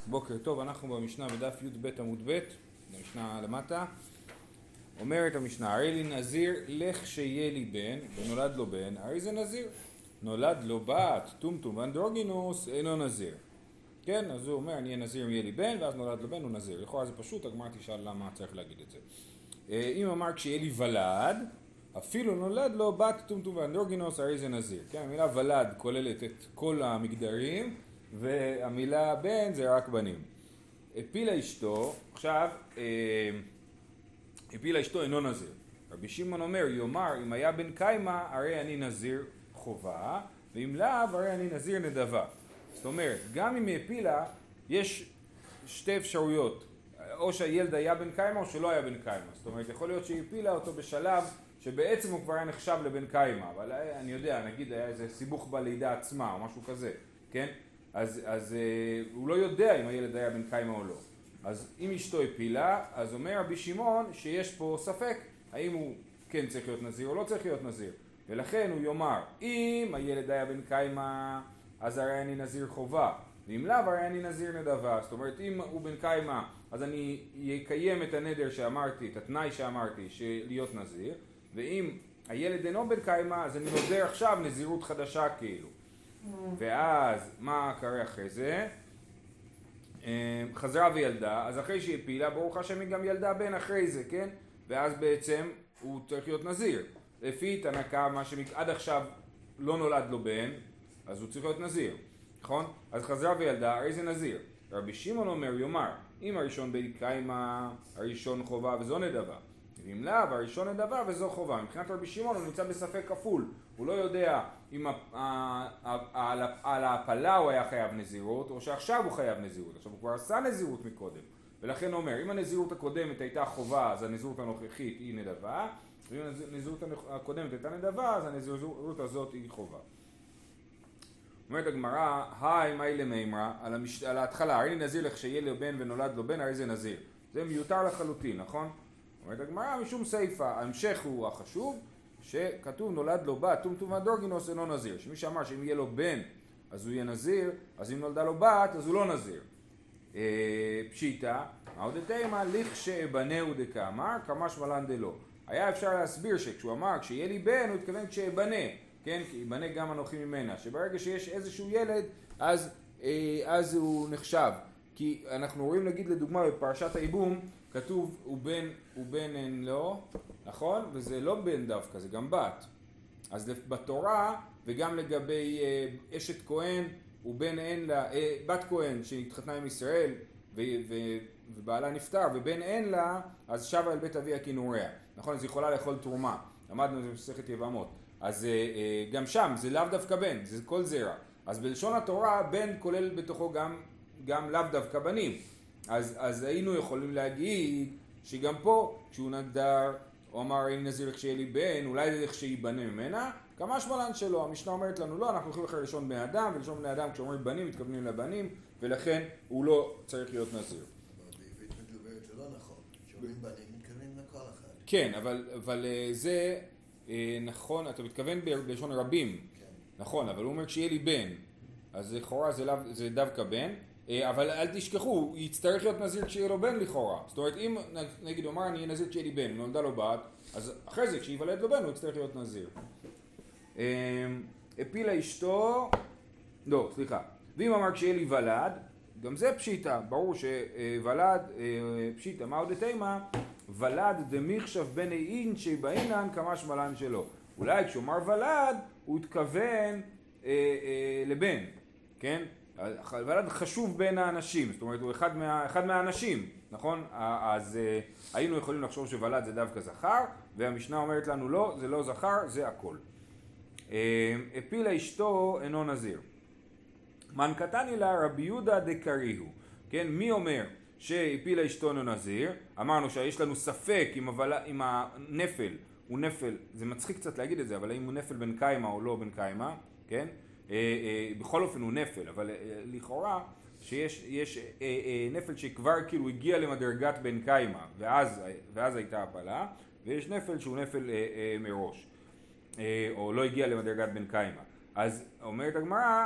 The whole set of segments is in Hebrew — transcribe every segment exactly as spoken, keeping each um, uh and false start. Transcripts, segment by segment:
בוקר טוב, אנחנו במשנה בדף י"ב עמוד ב', במשנה למטה. אומרת המשנה, הרי לי נזיר לך שיהיה לי בן, ונולד לו בן, הרי זה נזיר. נולד לו בת, טומטום ואנדרוגינוס, אינו נזיר. כן, אז הוא אומר, אני אהיה נזיר אם יהיה לי בן, ואז נולד לו בן, הוא נזיר. לכאורה זה פשוט, הגמרא תשאל למה צריך להגיד את זה. אם אמר כשיהיה לי ולד, אפילו נולד לו בת, טומטום ואנדרוגינוס, הרי זה נזיר. כן, המילה ולד כוללת את כל המגדרים, והמילה בן זה רק בנים. הפילה אשתו, עכשיו, הפילה אשתו אינו נזיר. רבי שמעון אומר, יאמר, אם היה בן קיימה, הרי אני נזיר חובה, ואם לאו, הרי אני נזיר נדבה. זאת אומרת, גם אם הפילה, יש שתי אפשרויות. או שהילד היה בן קיימה או שלא היה בן קיימה. זאת אומרת, יכול להיות שהיא הפילה אותו בשלב שבעצם הוא כבר היה נחשב לבן קיימה. אבל אני יודע, נגיד היה איזה סיבוך בלידה עצמה או משהו כזה, כן? אז, אז אה, הוא לא יודע אם הילד היה בן קיימה או לא. אז אם אשתו הפילה, אז אומר רבי שמעון שיש פה ספק, האם הוא כן צריך להיות נזיר או לא צריך להיות נזיר. ולכן הוא יאמר, אם הילד היה בן קיימה, אז הרי אני נזיר חובה. ואם לאו, הרי אני נזיר נדבה. זאת אומרת, אם הוא בן קיימה, אז אני אקיים את הנדר שאמרתי, את התנאי שאמרתי, להיות נזיר. ואם הילד אינו בן קיימה, אז אני נוזר עכשיו נזירות חדשה כאילו. ואז, מה קרה אחרי זה? חזרה וילדה, אז אחרי שהיא הפילה, ברוך השם היא גם ילדה בן אחרי זה, כן? ואז בעצם הוא צריך להיות נזיר. לפי תנא מה שעד עכשיו לא נולד לו בן, אז הוא צריך להיות נזיר, נכון? אז חזרה וילדה, הרי זה נזיר. רבי שמעון אומר, יאמר, אם הראשון בן קיימה, הראשון חובה וזו נדבה. ואם לאו, הראשון נדבה וזו חובה. מבחינת רבי שמעון הוא נמצא בספק כפול. הוא לא יודע אם על ההפלה הוא היה חייב נזירות, או שעכשיו הוא חייב נזירות. עכשיו הוא כבר עשה נזירות מקודם. ולכן הוא אומר, אם הנזירות הקודמת הייתה חובה, אז הנזירות הנוכחית היא נדבה. ואם הנזירות הקודמת הייתה נדבה, אז הנזירות הזאת היא חובה. אומרת הגמרא, היי מאי למימרא, על, המש... על ההתחלה, הרי נזיר לך שיהיה לו בן ונולד לו בן, הרי זה נזיר. זה מיותר לחלוטין, נכון? אומרת הגמרא, משום סייפה, ההמשך הוא החשוב, שכתוב נולד לו בת, טומטום ואנדרוגינוס אינו נזיר. שמי שאמר שאם יהיה לו בן, אז הוא יהיה נזיר, אז אם נולדה לו בת, אז הוא לא נזיר. אה, פשיטה, עוד תימא, לכשאבנהו דקאמר, כמה שמלן דלא. היה אפשר להסביר שכשהוא אמר, כשיהיה לי בן, הוא התכוון כשאבנה. כן, כי יבנה גם אנוכי ממנה, שברגע שיש איזשהו ילד, אז, אה, אז הוא נחשב. כי אנחנו רואים, נגיד לדוגמה, בפרשת הייבום, כתוב, הוא בן, הוא בן אין לו, נכון? וזה לא בן דווקא, זה גם בת. אז בתורה, וגם לגבי אה, אשת כהן, הוא בן אין לה, אה, בת כהן שהתחתנה עם ישראל, ו, ו, ובעלה נפטר, ובן אין לה, אז שבה אל בית אביה כנוריה. נכון? אז היא יכולה לאכול תרומה. למדנו את זה במסכת יבמות. אז גם שם זה לאו דווקא בן, זה כל זרע. אז בלשון התורה בן כולל בתוכו גם, גם לאו דווקא בנים. אז, אז היינו יכולים להגיד שגם פה כשהוא נדר, הוא אמר אין נזיר איך שיהיה לי בן, אולי זה איך שיבנה ממנה, כמה שמלן שלו. המשנה אומרת לנו לא, אנחנו הולכים אחרי לשון בני אדם, ולשון בני אדם כשאומרים בנים מתכוונים לבנים, ולכן הוא לא צריך להיות נזיר. אבל בעברית מדוברת זה לא נכון, כשאומרים בנים מתכוונים לכל אחד. כן, אבל, אבל זה... נכון, אתה מתכוון בלשון רבים, כן. נכון, אבל הוא אומר כשיהיה לי בן, אז לכאורה זה, לא, זה דווקא בן, אבל אל תשכחו, הוא יצטרך להיות נזיר כשיהיה לו בן לכאורה. זאת אומרת, אם נגיד הוא אמר אני אהיה נזיר כשיהיה לי בן, נולדה לו בת, אז אחרי זה כשיוולד לו בן הוא יצטרך להיות נזיר. הפילה אשתו, לא, סליחה, ואם אמר כשיהיה לי ולד, גם זה פשיטה, ברור שוולד, פשיטה, מה עוד תימא? ולד דמיחשב בן אין שבאינן כמה שמלן שלו. אולי כשאומר ולד הוא התכוון אה, אה, לבן, כן? ולד חשוב בין האנשים, זאת אומרת הוא אחד, מה, אחד מהאנשים, נכון? אז אה, היינו יכולים לחשוב שוולד זה דווקא זכר, והמשנה אומרת לנו לא, זה לא זכר, זה הכל. אה, הפילה אשתו אינו נזיר. מן קטני לה רבי יהודה דקריהו, כן? מי אומר? שהפילה אשתו נזיר, אמרנו שיש לנו ספק אם, אבל, אם הנפל הוא נפל, זה מצחיק קצת להגיד את זה, אבל אם הוא נפל בן קיימה או לא בן קיימה, כן? אה, אה, בכל אופן הוא נפל, אבל אה, לכאורה שיש יש, אה, אה, נפל שכבר כאילו הגיע למדרגת בן קיימה, ואז, ואז הייתה הפלה, ויש נפל שהוא נפל אה, אה, מראש, אה, או לא הגיע למדרגת בן קיימה. אז אומרת הגמרא,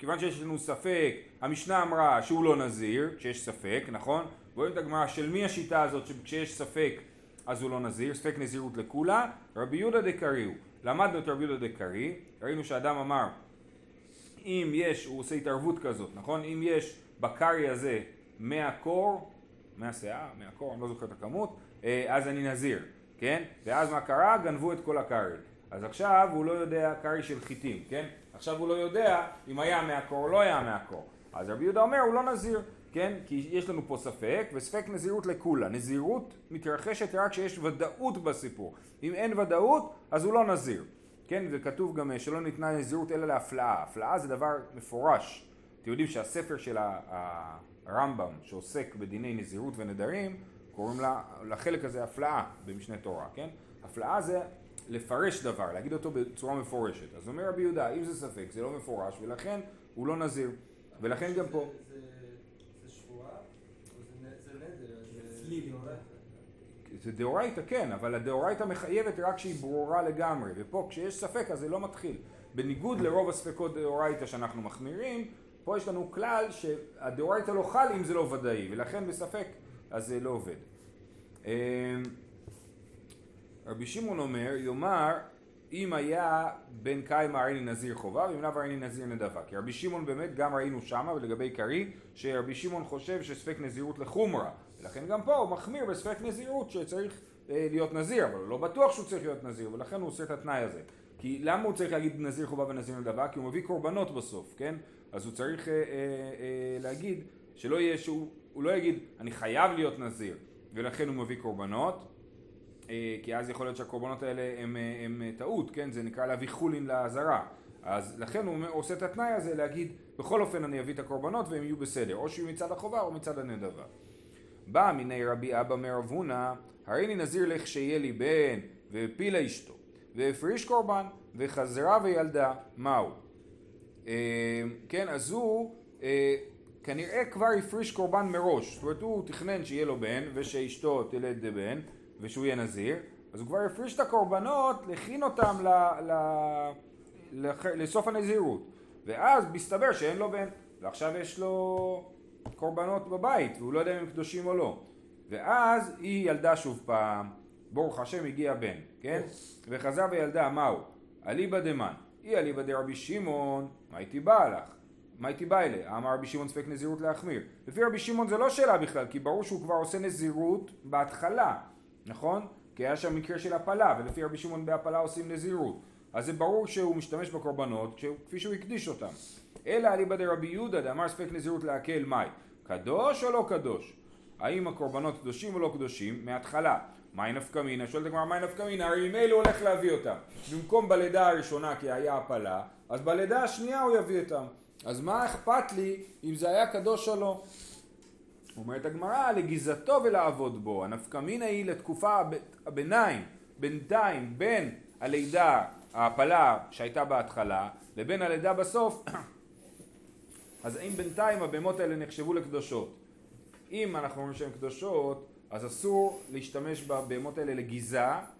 כיוון שיש לנו ספק, המשנה אמרה שהוא לא נזיר, שיש ספק, נכון? רואים את הגמרא של מי השיטה הזאת שכשיש ספק אז הוא לא נזיר, ספק נזירות לכולה, רבי יהודה דקרי הוא. למדנו את רבי יהודה דקרי, ראינו שאדם אמר, אם יש, הוא עושה התערבות כזאת, נכון? אם יש בקרי הזה מאה קור, מאה שיער, מאה קור, אני לא זוכר את הכמות, אז אני נזיר, כן? ואז מה קרה? גנבו את כל הקרי. אז עכשיו הוא לא יודע קרי של חיטים, כן? עכשיו הוא לא יודע אם היה מאה קור או לא היה מאה קור. אז רבי יהודה אומר, הוא לא נזיר, כן? כי יש לנו פה ספק, וספק נזירות לכולה. נזירות מתרחשת רק כשיש ודאות בסיפור. אם אין ודאות, אז הוא לא נזיר. כן? וכתוב גם שלא ניתנה נזירות אלא להפלאה. הפלאה זה דבר מפורש. אתם יודעים שהספר של הרמב"ם שעוסק בדיני נזירות ונדרים, קוראים לה, לחלק הזה הפלאה במשנה תורה, כן? הפלאה זה לפרש דבר, להגיד אותו בצורה מפורשת. אז אומר רבי יהודה, אם זה ספק, זה לא מפורש, ולכן הוא לא נזיר. ולכן גם פה... זה שבועה? או זה נדר? זה דאורייתא? זה דאורייתא, כן, אבל הדאורייתא מחייבת רק שהיא ברורה לגמרי, ופה כשיש ספק אז זה לא מתחיל. בניגוד לרוב הספקות דאורייתא שאנחנו מחמירים, פה יש לנו כלל שהדאורייתא לא חל אם זה לא ודאי, ולכן בספק אז זה לא עובד. רבי שמעון אומר, יאמר, אם היה בן קיימא הריני נזיר חובה, ואם לאו הריני נזיר נדבה. כי רבי שמעון באמת, גם ראינו שמה, ולגבי קרי, שרבי שמעון חושב שספק נזירות לחומרה. ולכן גם פה הוא מחמיר בספק נזירות שצריך אה, להיות נזיר, אבל הוא לא בטוח שהוא צריך להיות נזיר, ולכן הוא עושה את התנאי הזה. כי למה הוא צריך להגיד נזיר חובה ונזיר נדבה? כי הוא מביא קורבנות בסוף, כן? אז הוא צריך אה, אה, אה, להגיד שלא יהיה שהוא, הוא לא יגיד, אני חייב להיות נזיר, ולכן הוא מביא קורבנות. כי אז יכול להיות שהקורבנות האלה הם, הם טעות, כן? זה נקרא להביא חולין לעזרה. אז לכן הוא עושה את התנאי הזה להגיד, בכל אופן אני אביא את הקורבנות והם יהיו בסדר, או שהוא מצד החובה או מצד הנדבה. בא מיני רבי אבא מרב הונא, הריני נזיר לך שיהיה לי בן, והפילה אשתו, והפריש קורבן, וחזרה וילדה, מהו? כן, אז הוא כנראה כבר הפריש קורבן מראש, זאת אומרת הוא תכנן שיהיה לו בן, ושאשתו תלד בן, ושהוא יהיה נזיר, אז הוא כבר הפריש את הקורבנות, להכין אותם ל, ל, לח, לסוף הנזירות. ואז מסתבר שאין לו בן, ועכשיו יש לו קורבנות בבית, והוא לא יודע אם הם קדושים או לא. ואז היא ילדה שוב פעם, ברוך השם הגיע בן, כן? וחזר וילדה, מהו? אליבא דמן. היא אליבא דרבי שמעון, מה הייתי באה לך? מה הייתי באה אליה? אמר רבי שמעון ספק נזירות להחמיר. לפי רבי שמעון זה לא שאלה בכלל, כי ברור שהוא כבר עושה נזירות בהתחלה. נכון? כי היה שם מקרה של הפלה, ולפי רבי שמעון בהפלה עושים נזירות. אז זה ברור שהוא משתמש בקורבנות כפי שהוא הקדיש אותם. אלא אליבא דרבי יהודה דאמר ספק נזירות להקל מאי. קדוש או לא קדוש? האם הקורבנות קדושים או לא קדושים? מההתחלה. מאי נפקא מינה? שואלת הגמרא, מאי נפקא מינה? הרי אם אלו הולך להביא אותם. במקום בלידה הראשונה כי היה הפלה, אז בלידה השנייה הוא יביא אותם. אז מה אכפת לי אם זה היה קדוש או לא? אומרת הגמרא, לגיזתו ולעבוד בו. הנפקא מינה היא לתקופה הביניים, בינתיים, בין הלידה, ההפלה שהייתה בהתחלה, לבין הלידה בסוף. אז אם בינתיים הבהמות האלה נחשבו לקדושות. אם אנחנו אומרים שהן קדושות, אז אסור להשתמש בבהמות האלה לגיזה,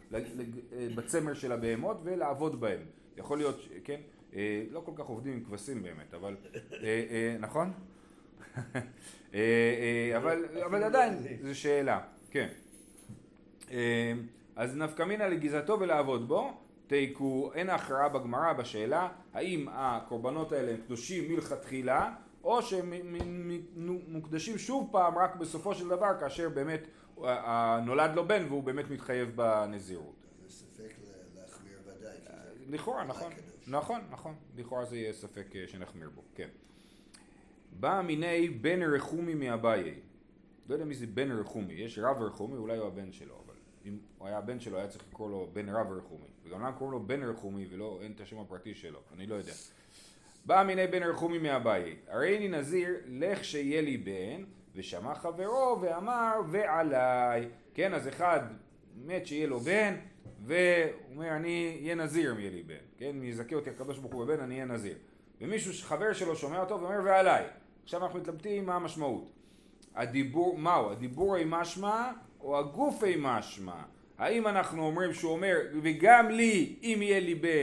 בצמר של הבהמות, ולעבוד בהן. יכול להיות, כן? לא כל כך עובדים עם כבשים באמת, אבל נכון? אבל, אבל עדיין זו שאלה, כן. אז נפקא מינה לגיזתו ולעבוד בו, תיקו, אין הכרעה בגמרא בשאלה האם הקורבנות האלה הם קדושים מלכתחילה, או שהם מוקדשים שוב פעם רק בסופו של דבר, כאשר באמת נולד לו בן והוא באמת מתחייב בנזירות. זה ספק להחמיר ודאי. לכאורה, נכון, נכון, נכון, לכאורה זה יהיה ספק שנחמיר בו, כן. בא מיני בן רחומי מאביי. לא יודע מי זה בן רחומי, יש רב רחומי, אולי הוא הבן שלו, אבל אם הוא היה הבן שלו היה צריך לקרוא לו בן רב רחומי. וגם למה קוראים לו בן רחומי ולא אין את השם הפרטי שלו, אני לא יודע. בא מיני בן רחומי מאביי. הרי אני נזיר, לך שיהיה לי בן, ושמע חברו ואמר ועליי. כן, אז אחד מת שיהיה לו בן, והוא אומר אני אהיה נזיר אם יהיה לי בן. כן, מי יזכה אותי הקדוש ברוך הוא בבן, אני אהיה נזיר. ומישהו, חבר שלו שומע אותו ואומר ועליי. עכשיו אנחנו מתלבטים מה המשמעות. הדיבור, מהו? הדיבור היא משמע או הגוף היא משמע? האם אנחנו אומרים שהוא אומר וגם לי אם יהיה לי בן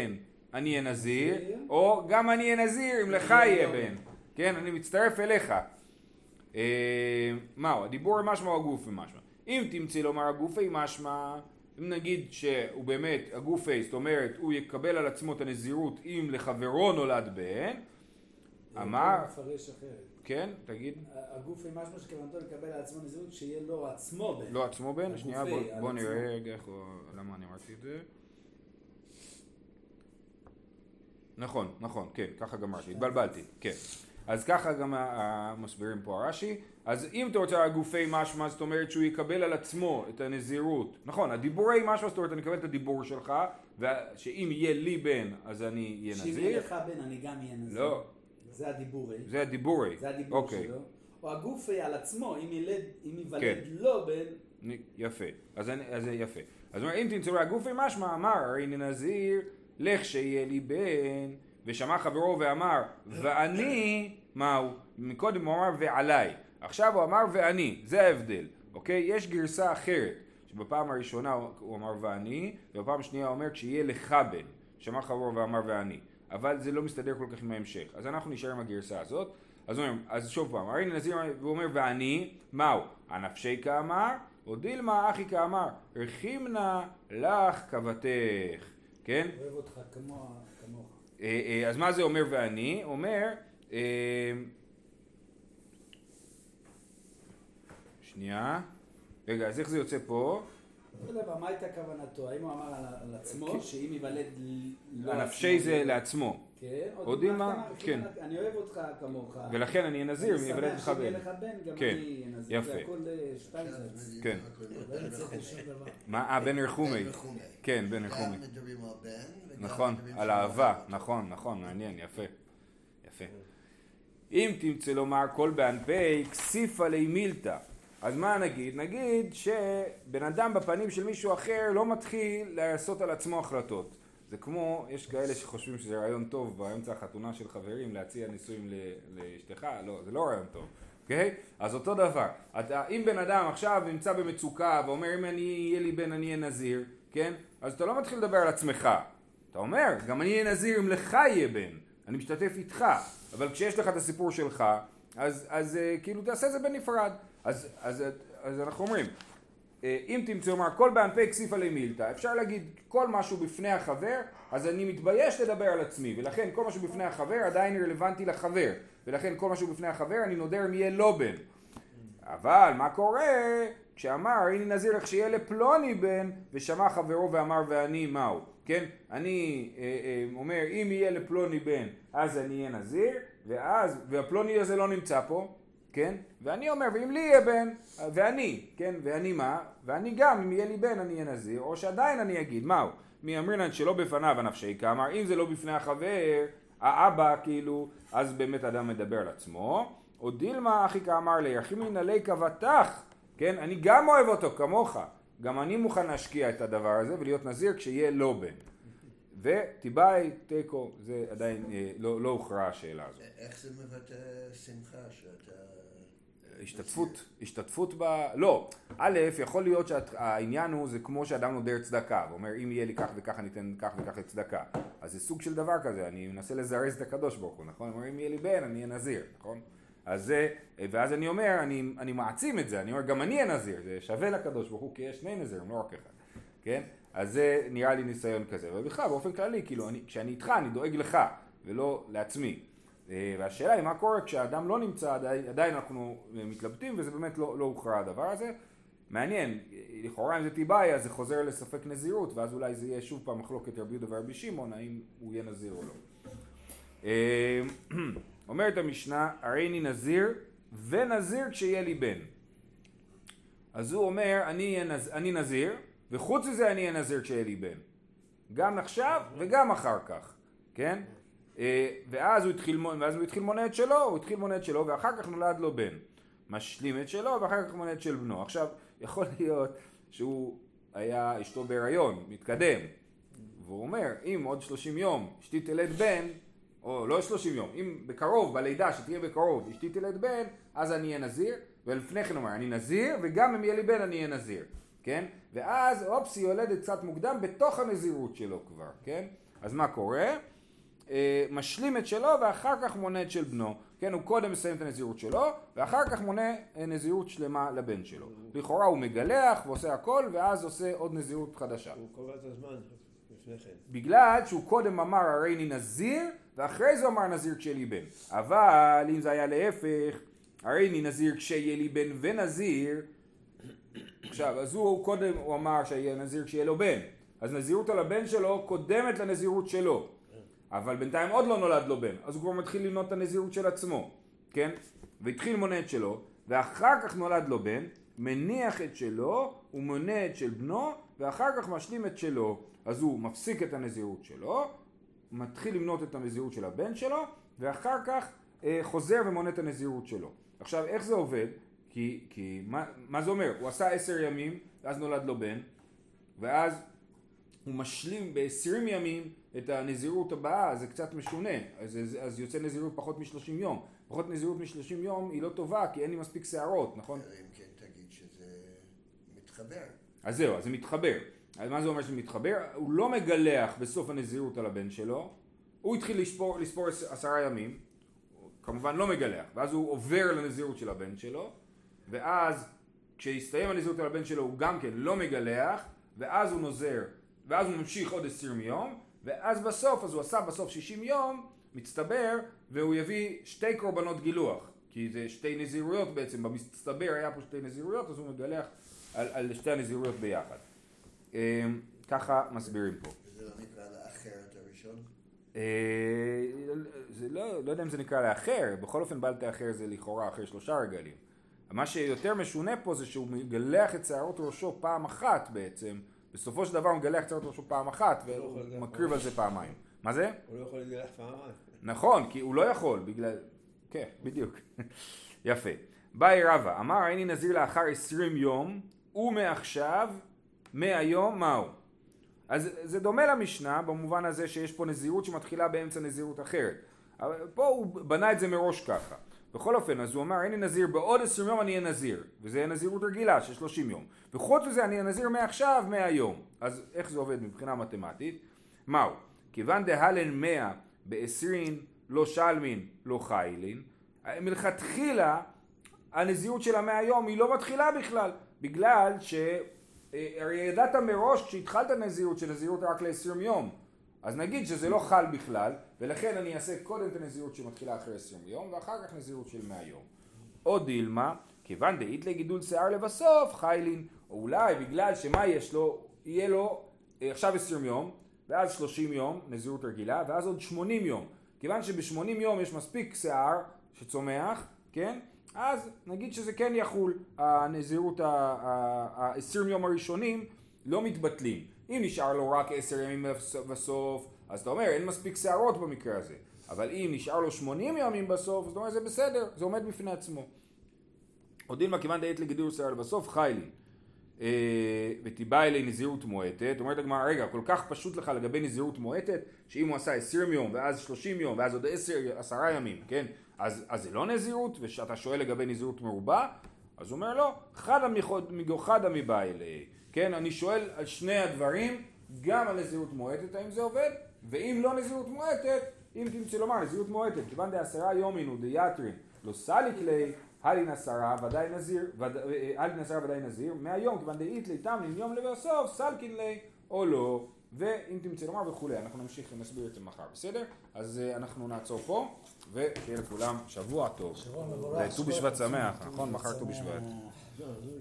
אני אהיה נזיר, או גם אני אהיה נזיר אם לך יהיה בן. כן, אני מצטרף אליך. מהו? הדיבור משמע או הגופי משמע? אם תמצא לומר הגופי משמע, אם נגיד שהוא באמת הגופי, זאת אומרת הוא יקבל על עצמו את הנזירות אם לחברו נולד בן, אמר... מפרש אחרת. כן, תגיד. הגופי משמע שכוונתו לקבל על עצמו נזירות שיהיה לו עצמו בן. לא עצמו בן? שנייה, בוא נראה רגע איך הוא... למה אני אמרתי את זה? נכון, נכון, כן, ככה גם אמרתי, התבלבלתי, כן. אז ככה גם מסבירים פה הרש"י. אז אם אתה רוצה הגופי משמע, זאת אומרת שהוא יקבל על עצמו את הנזירות. נכון, הדיבורי משמע, זאת אומרת אני אקבל את הדיבור שלך, ושאם יהיה לי בן, אז אני אהיה נזיר. שאם יהיה לך בן, אני גם אהיה נזיר. לא. זה הדיבורי. זה הדיבורי. זה הדיבור אוקיי. שלו. או הגופי על עצמו, אם ילד, אם ייוולד כן. לא בן. יפה, אז, אני, אז זה יפה. אז אם תמצאו הגופי משמע, אמר, הרי אני נזיר, לך שיהיה לי בן, ושמע חברו ואמר, ואני, מהו? מקודם הוא אמר ועליי. עכשיו הוא אמר ואני, זה ההבדל, אוקיי? יש גרסה אחרת, שבפעם הראשונה הוא אמר ואני, ובפעם השנייה הוא אומר כשיהיה לך בן, שמע חברו ואמר ואני. אבל זה לא מסתדר כל כך עם ההמשך. אז אנחנו נשאר עם הגרסה הזאת. אז הוא אומר, אז שוב פעם, הרי נזיר והוא אומר ואני, מהו? הנפשי כאמר, או דילמה אחי כאמר, רחימנה לך כבתך. כן? אוהב אותך כמוה, כמוך. אז מה זה אומר ואני? אומר, שנייה, רגע, אז איך זה יוצא פה? לא יודע, מה הייתה כוונתו? האם הוא אמר על עצמו, שאם ייוולד לא... הנפשי זה לעצמו. כן, עוד דילמה, כן. אני אוהב אותך כמוך. ולכן אני אהיה נזיר, אם ייוולד לך בן. אני שמח שיהיה לך בן, גם אני אהיה נזיר. יפה. זה הכל שטייזץ. כן. לא יצאתי שום דבר. מה? אה, בן רחומי. כן, בן רחומי. נכון, על אהבה, נכון, נכון, מעניין, יפה. יפה. אם תמצא לומר כל בענפי, כסיפה לי מילתא. אז מה נגיד? נגיד שבן אדם בפנים של מישהו אחר לא מתחיל לעשות על עצמו החלטות. זה כמו, יש כאלה שחושבים שזה רעיון טוב באמצע החתונה של חברים להציע נישואים לאשתך, לא, זה לא רעיון טוב, אוקיי? אז אותו דבר, אתה, אם בן אדם עכשיו נמצא במצוקה ואומר אם אני יהיה לי בן אני אהיה נזיר, כן? אז אתה לא מתחיל לדבר על עצמך, אתה אומר גם אני אהיה נזיר אם לך יהיה בן, אני משתתף איתך, אבל כשיש לך את הסיפור שלך, אז, אז כאילו תעשה זה בנפרד. אז, אז, אז אנחנו אומרים, אם תמצאו אומר כל בענפי כסיפה לי מילתא, אפשר להגיד כל משהו בפני החבר, אז אני מתבייש לדבר על עצמי, ולכן כל משהו בפני החבר עדיין רלוונטי לחבר, ולכן כל משהו בפני החבר אני נודר אם יהיה לא בן. אבל מה קורה כשאמר הנה נזיר לך שיהיה לפלוני בן, ושמע חברו ואמר ואני מהו, כן? אני אה, אה, אומר אם יהיה לפלוני בן אז אני אהיה נזיר, ואז, והפלוני הזה לא נמצא פה, כן? ואני אומר, ואם לי יהיה בן, ואני, כן? ואני מה? ואני גם, אם יהיה לי בן, אני אהיה נזיר, או שעדיין אני אגיד, מהו? מי אמרינן שלא בפניו הנפשי כאמר, אם זה לא בפני החבר, האבא, כאילו, אז באמת אדם מדבר על עצמו, או דילמה אחי כאמר לי, אחי מנהלי כבתך, כן? אני גם אוהב אותו, כמוך, גם אני מוכן להשקיע את הדבר הזה, ולהיות נזיר כשיהיה לא בן. וטיבאי, תיקו, זה עדיין אה, לא, לא הוכרע השאלה הזאת. איך זה מבטא שמחה שאתה... השתתפות, השתתפות ב... לא, א', יכול להיות שהעניין הוא, זה כמו שאדם נודר צדקה, ואומר אם יהיה לי כך וכך אני אתן כך וכך לצדקה. אז זה סוג של דבר כזה, אני מנסה לזרז את הקדוש ברוך הוא, נכון? אומר אם יהיה לי בן אני אהיה נזיר, נכון? אז זה, ואז אני אומר, אני, אני מעצים את זה, אני אומר גם אני אהיה נזיר, זה שווה לקדוש ברוך הוא כי יש שני נזירים, לא רק אחד, כן? אז זה נראה לי ניסיון כזה, ובכלל באופן כללי, כאילו, אני, כשאני איתך אני דואג לך ולא לעצמי. והשאלה היא מה קורה כשהאדם לא נמצא, עדיין, עדיין אנחנו מתלבטים וזה באמת לא, לא הוכרע הדבר הזה. מעניין, לכאורה אם זה טיבאי אז זה חוזר לספק נזירות ואז אולי זה יהיה שוב פעם מחלוקת רבי יהודה ורבי שמעון האם הוא יהיה נזיר או לא. אומרת המשנה, הרי אני נזיר ונזיר כשיהיה לי בן. אז הוא אומר אני, נז, אני נזיר וחוץ מזה אני אהיה נזיר כשיהיה לי בן. גם עכשיו וגם אחר כך, כן? ואז הוא התחיל, ואז הוא התחיל מונה את שלו, הוא התחיל מונה את שלו ואחר כך נולד לו בן. משלים את שלו ואחר כך מונה את של בנו. עכשיו, יכול להיות שהוא היה אשתו בהיריון, מתקדם. והוא אומר, אם עוד שלושים יום אשתי תלד בן, או לא שלושים יום, אם בקרוב, בלידה שתהיה בקרוב, אשתי תלד בן, אז אני אהיה נזיר. ולפני כן הוא אומר, אני נזיר וגם אם יהיה לי בן אני אהיה נזיר. כן? ואז אופסי יולדת קצת מוקדם בתוך הנזירות שלו כבר, כן? אז מה קורה? משלים את שלו ואחר כך מונה את של בנו. כן, הוא קודם מסיים את הנזירות שלו, ואחר כך מונה נזירות שלמה לבן שלו. לכאורה הוא מגלח ועושה הכל, ואז עושה עוד נזירות חדשה. הוא קובע את הזמן לפני כן. בגלל שהוא קודם אמר הרי אני נזיר, ואחרי זה אמר נזיר כשיהיה לי בן. אבל אם זה היה להפך, הרי אני נזיר כשיהיה לי בן ונזיר, עכשיו, אז הוא קודם הוא אמר שיהיה נזיר כשיהיה לו בן. אז נזירות על הבן שלו קודמת לנזירות שלו. אבל בינתיים עוד לא נולד לו בן, אז הוא כבר מתחיל למנות את הנזירות של עצמו, כן? והתחיל מונה את שלו, ואחר כך נולד לו בן, מניח את שלו, הוא מונה את של בנו, ואחר כך משלים את שלו. אז הוא מפסיק את הנזירות שלו, מתחיל למנות את הנזירות של הבן שלו, ואחר כך אה, חוזר ומונה את הנזירות שלו. עכשיו, איך זה עובד? כי, כי מה, מה זה אומר? הוא עשה עשר ימים, ואז נולד לו בן, ואז הוא משלים בעשרים ימים את הנזירות הבאה, זה קצת משונה, אז, אז, אז יוצא נזירות פחות משלושים יום. פחות נזירות משלושים יום היא לא טובה, כי אין לי מספיק שערות, נכון? אם כן תגיד שזה מתחבר. אז זהו, אז זה מתחבר. אז מה זה אומר שזה מתחבר? הוא לא מגלח בסוף הנזירות על הבן שלו, הוא התחיל לספור, לספור עשרה ימים, כמובן לא מגלח, ואז הוא עובר לנזירות של הבן שלו, ואז כשהסתיים הנזירות על הבן שלו הוא גם כן לא מגלח, ואז הוא נוזר, ואז הוא ממשיך עוד עשרים יום, ואז בסוף, אז הוא עשה בסוף שישים יום, מצטבר, והוא יביא שתי קורבנות גילוח, כי זה שתי נזירויות בעצם, במצטבר היה פה שתי נזירויות, אז הוא מגלח על, על שתי הנזירויות ביחד. ככה מסבירים פה. וזה לא נקרא לאחרת הראשון? זה לא, לא יודע אם זה נקרא לאחר, בכל אופן בעל תאחר זה לכאורה אחרי שלושה רגלים. מה שיותר משונה פה זה שהוא מגלח את שערות ראשו פעם אחת בעצם, בסופו של דבר הוא מגלח את שערות ראשו פעם אחת והוא מקריב על זה פעמיים. מה זה? הוא לא יכול לגלח פעמיים. נכון, כי הוא לא יכול, בגלל... כן, בדיוק. יפה. באי רבא, אמר איני נזיר לאחר עשרים יום, ומעכשיו, מהיום, מהו? אז זה דומה למשנה, במובן הזה שיש פה נזירות שמתחילה באמצע נזירות אחרת. אבל פה הוא בנה את זה מראש ככה. בכל אופן, אז הוא אמר, איני נזיר, בעוד עשרים יום אני אהיה נזיר. וזה יהיה נזירות רגילה של שלושים יום. וחוץ מזה אני אהיה נזיר מעכשיו, מהיום. אז איך זה עובד מבחינה מתמטית? מהו? כיוון דהלן מאה בעשרים, לא שלמין, לא חיילין. מלכתחילה, הנזירות של המאה יום היא לא מתחילה בכלל. בגלל ש... הרי ידעת מראש כשהתחלת נזירות שנזירות רק ל-עשרים יום. אז נגיד שזה לא חל בכלל, ולכן אני אעשה קודם את הנזירות שמתחילה אחרי עשרים יום, ואחר כך נזירות של מאה יום. או דילמה, כיוון דאית לגידול שיער לבסוף, חיילין, או אולי בגלל שמה יש לו, יהיה לו עכשיו עשרים יום, ואז שלושים יום, נזירות רגילה, ואז עוד שמונים יום. כיוון שב-שמונים יום יש מספיק שיער שצומח, כן? אז נגיד שזה כן יחול, הנזירות ה-עשרים יום הראשונים לא מתבטלים. אם נשאר לו רק עשר ימים בסוף, אז אתה אומר אין מספיק שערות במקרה הזה. אבל אם נשאר לו שמונים ימים בסוף, אז אתה אומר זה בסדר, זה עומד בפני עצמו. עודין מכיוון דעת לגידול שיער בסוף, חיילין. ותיבא אלי נזירות מועטת, אומרת הגמרא, רגע, כל כך פשוט לך לגבי נזירות מועטת, שאם הוא עשה עשרים יום, ואז שלושים יום, ואז עוד עשרה ימים, כן? אז, אז זה לא נזירות, ושאתה שואל לגבי נזירות מרובה, אז הוא אומר לא, חדה מגוחדה מבא אלי, כן? אני שואל על שני הדברים, גם על נזירות מועטת, האם זה עובד? ואם לא נזירות מועטת, אם תמצא לומר נזירות מועטת, כיוון דעשרה יומין ודייטרין, לא סליק לי, הלין עשרה ודאי נזיר, הלין עשרה ודאי נזיר, מהיום כיוון דאית לי תמלין יום לבסוף, סלקין לי או לא, ואם תמצא לומר וכולי, אנחנו נמשיך ונסביר את זה מחר, בסדר? אז אנחנו נעצור פה, ושיהיה לכולם שבוע טוב. ט"ו בשבט שמח, נכון? מחר ט"ו בשבט.